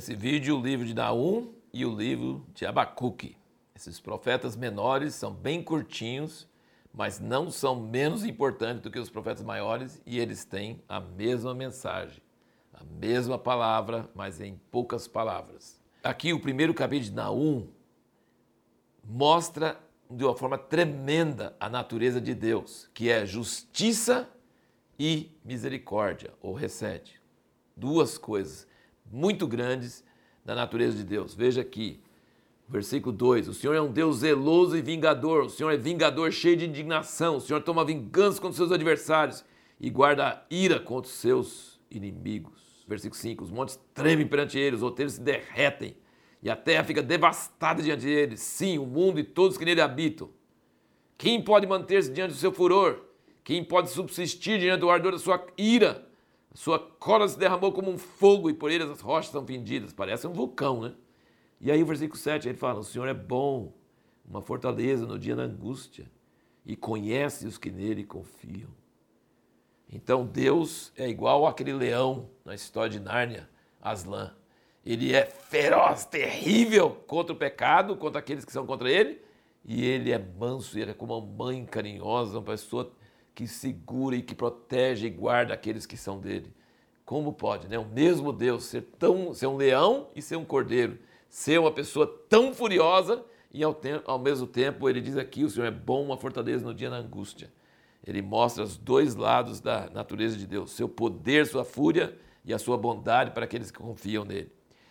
nesse vídeo o livro de Naum e o livro de Abacuque. Esses profetas menores são bem curtinhos, mas não são menos importantes do que os profetas maiores e eles têm a mesma mensagem, a mesma palavra, mas em poucas palavras. Aqui o primeiro capítulo de Naum mostra de uma forma tremenda a natureza de Deus, que é justiça e misericórdia, ou recede. Duas coisas muito grandes da natureza de Deus. Veja aqui, versículo 2, o Senhor é um Deus zeloso e vingador, o Senhor é vingador cheio de indignação, o Senhor toma vingança contra os seus adversários e guarda a ira contra os seus inimigos. Versículo 5, os montes tremem perante ele, os outeiros se derretem e a terra fica devastada diante dele, sim, o mundo e todos que nele habitam. Quem pode manter-se diante do seu furor? Quem pode subsistir diante do ardor da sua ira? A sua cola se derramou como um fogo e por ele as rochas são fendidas. Parece um vulcão, né? E aí o versículo 7, ele fala, o Senhor é bom, uma fortaleza no dia da angústia e conhece os que nele confiam. Então Deus é igual àquele leão na história de Nárnia, Aslan. Ele é feroz, terrível contra o pecado, contra aqueles que são contra ele, e ele é manso, ele é como uma mãe carinhosa, uma pessoa que segura e que protege e guarda aqueles que são dele. Como pode, né? O mesmo Deus ser um leão e ser um cordeiro, ser uma pessoa tão furiosa e ao mesmo tempo ele diz aqui, o Senhor é bom, uma fortaleza no dia da angústia. Ele mostra os dois lados da natureza de Deus, seu poder, sua fúria e a sua bondade para aqueles que confiam nele.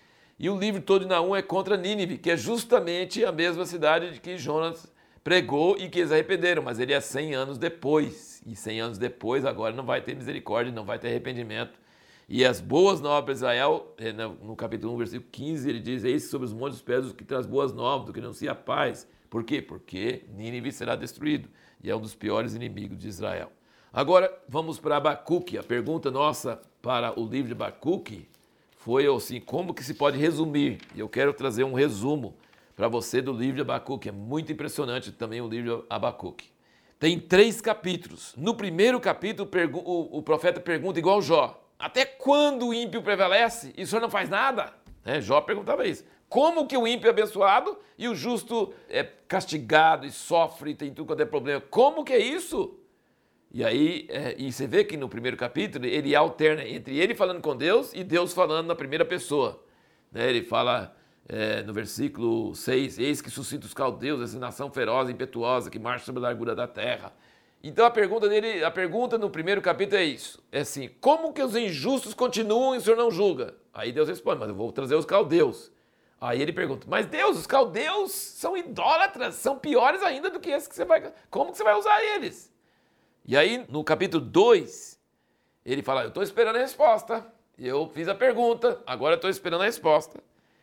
E o livro todo de Naum é contra Nínive, que é justamente a mesma cidade de que Jonas pregou e que eles arrependeram, mas ele é 100 anos depois. E 100 anos depois agora não vai ter misericórdia, não vai ter arrependimento. E as boas novas para Israel, no capítulo 1, versículo 15, ele diz, eis sobre os montes dos pés que traz boas novas, do que anuncia a paz. Por quê? Porque Nínive será destruído e é um dos piores inimigos de Israel. Agora vamos para Abacuque. A pergunta nossa para o livro de Abacuque foi assim, como que se pode resumir? E eu quero trazer um resumo para você do livro de Abacuque. É muito impressionante também o livro de Abacuque. Tem 3 capítulos. No primeiro capítulo, o profeta pergunta igual Jó, até quando o ímpio prevalece e o senhor não faz nada? Jó perguntava isso. Como que o ímpio é abençoado e o justo é castigado e sofre e tem tudo quanto é problema? Como que é isso? E aí, e você vê que no primeiro capítulo ele alterna entre ele falando com Deus e Deus falando na primeira pessoa. Ele fala no versículo 6, eis que suscita os caldeus, essa nação feroz e impetuosa que marcha sobre a largura da terra. Então a pergunta no primeiro capítulo é isso, é assim, como que os injustos continuam e o Senhor não julga? Aí Deus responde, mas eu vou trazer os caldeus. Aí ele pergunta, mas Deus, os caldeus são idólatras, são piores ainda do que esses que como que você vai usar eles? E aí, no capítulo 2, ele fala, eu estou esperando a resposta. Eu fiz a pergunta, agora estou esperando a resposta.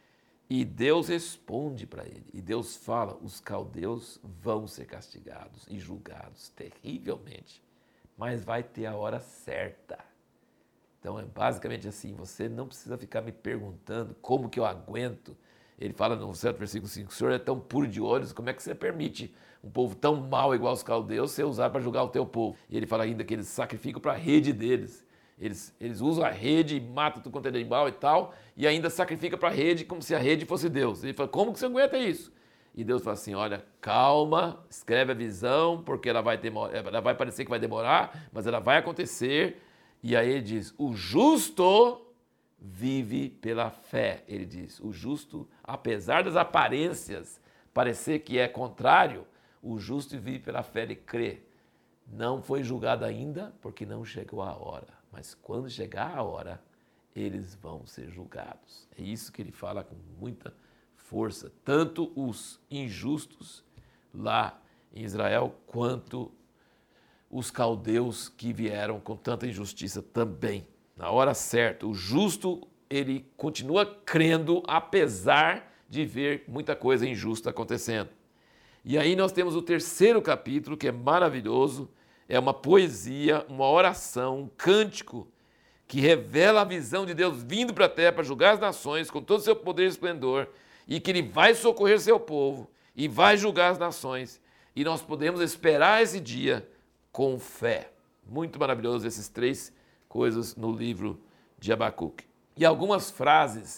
E Deus responde para ele. E Deus fala, os caldeus vão ser castigados e julgados terrivelmente. Mas vai ter a hora certa. Então, é basicamente assim, você não precisa ficar me perguntando como que eu aguento. Ele fala no certo versículo 5, o Senhor é tão puro de olhos, como é que você permite um povo tão mau igual os caldeus você usar para julgar o teu povo? E ele fala ainda que eles sacrificam para a rede deles. Eles usam a rede e matam tudo quanto é animal e tal, e ainda sacrifica para a rede como se a rede fosse Deus. Ele fala, como que você aguenta isso? E Deus fala assim, olha, calma, escreve a visão, porque ela vai parecer que vai demorar, mas ela vai acontecer. E aí ele diz, o justo vive pela fé. Ele diz, o justo, apesar das aparências parecer que é contrário, o justo vive pela fé, ele crê. Não foi julgado ainda, porque não chegou a hora. Mas quando chegar a hora, eles vão ser julgados. É isso que ele fala com muita força. Tanto os injustos lá em Israel, quanto os caldeus que vieram com tanta injustiça também. Na hora certa, o justo, ele continua crendo, apesar de ver muita coisa injusta acontecendo. E aí nós temos o terceiro capítulo, que é maravilhoso, é uma poesia, uma oração, um cântico, que revela a visão de Deus vindo para a terra para julgar as nações com todo o seu poder e esplendor, e que ele vai socorrer seu povo, e vai julgar as nações, e nós podemos esperar esse dia com fé. Muito maravilhoso esses 3 coisas no livro de Abacuque. E algumas frases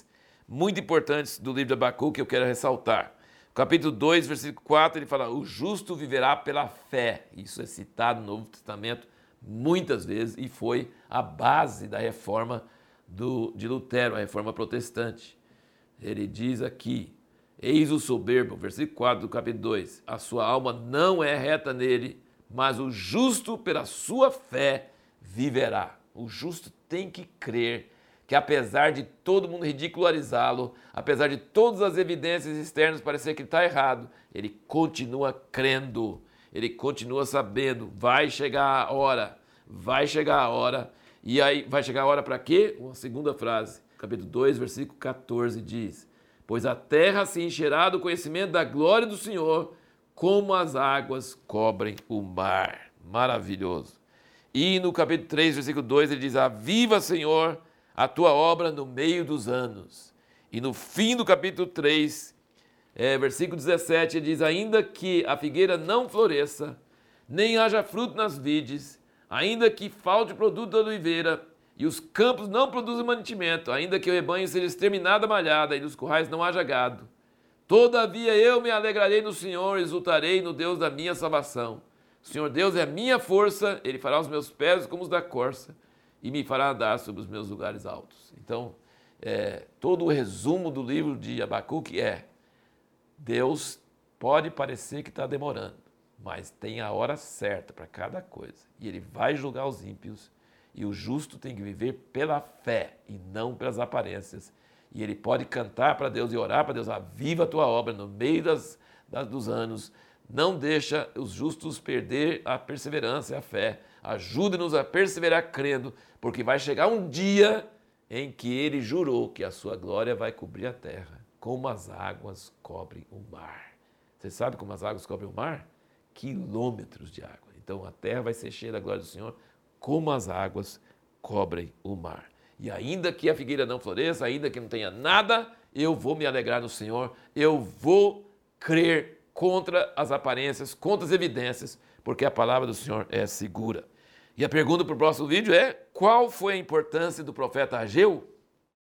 muito importantes do livro de Abacuque que eu quero ressaltar. Capítulo 2, versículo 4, ele fala: o justo viverá pela fé. Isso é citado no Novo Testamento muitas vezes e foi a base da reforma de Lutero, a reforma protestante. Ele diz aqui: eis o soberbo, versículo 4 do capítulo 2, a sua alma não é reta nele, mas o justo pela sua fé viverá. O justo tem que crer que apesar de todo mundo ridicularizá-lo, apesar de todas as evidências externas parecer que ele está errado, ele continua crendo, ele continua sabendo, vai chegar a hora, e aí vai chegar a hora para quê? Uma segunda frase, capítulo 2, versículo 14 diz: pois a terra se encherá do conhecimento da glória do Senhor, como as águas cobrem o mar. Maravilhoso. E no capítulo 3, versículo 2, ele diz: aviva, Senhor, a tua obra no meio dos anos. E no fim do capítulo 3, versículo 17, ele diz: ainda que a figueira não floresça, nem haja fruto nas vides, ainda que falte produto da oliveira, e os campos não produzam mantimento, ainda que o rebanho seja exterminado a malhada, e nos currais não haja gado, todavia eu me alegrarei no Senhor, exultarei no Deus da minha salvação. O Senhor Deus é a minha força, Ele fará os meus pés como os da corça, e me fará andar sobre os meus lugares altos. Então, todo o resumo do livro de Abacuque é: Deus pode parecer que está demorando, mas tem a hora certa para cada coisa. E Ele vai julgar os ímpios, e o justo tem que viver pela fé e não pelas aparências. E ele pode cantar para Deus e orar para Deus: aviva a tua obra no meio dos anos. Não deixa os justos perder a perseverança e a fé. Ajude-nos a perseverar crendo, porque vai chegar um dia em que ele jurou que a sua glória vai cobrir a terra, como as águas cobrem o mar. Você sabe como as águas cobrem o mar? Quilômetros de água. Então a terra vai ser cheia da glória do Senhor, como as águas cobrem o mar. E ainda que a figueira não floresça, ainda que não tenha nada, eu vou me alegrar no Senhor, eu vou crer contra as aparências, contra as evidências, porque a palavra do Senhor é segura. E a pergunta para o próximo vídeo é: qual foi a importância do profeta Ageu?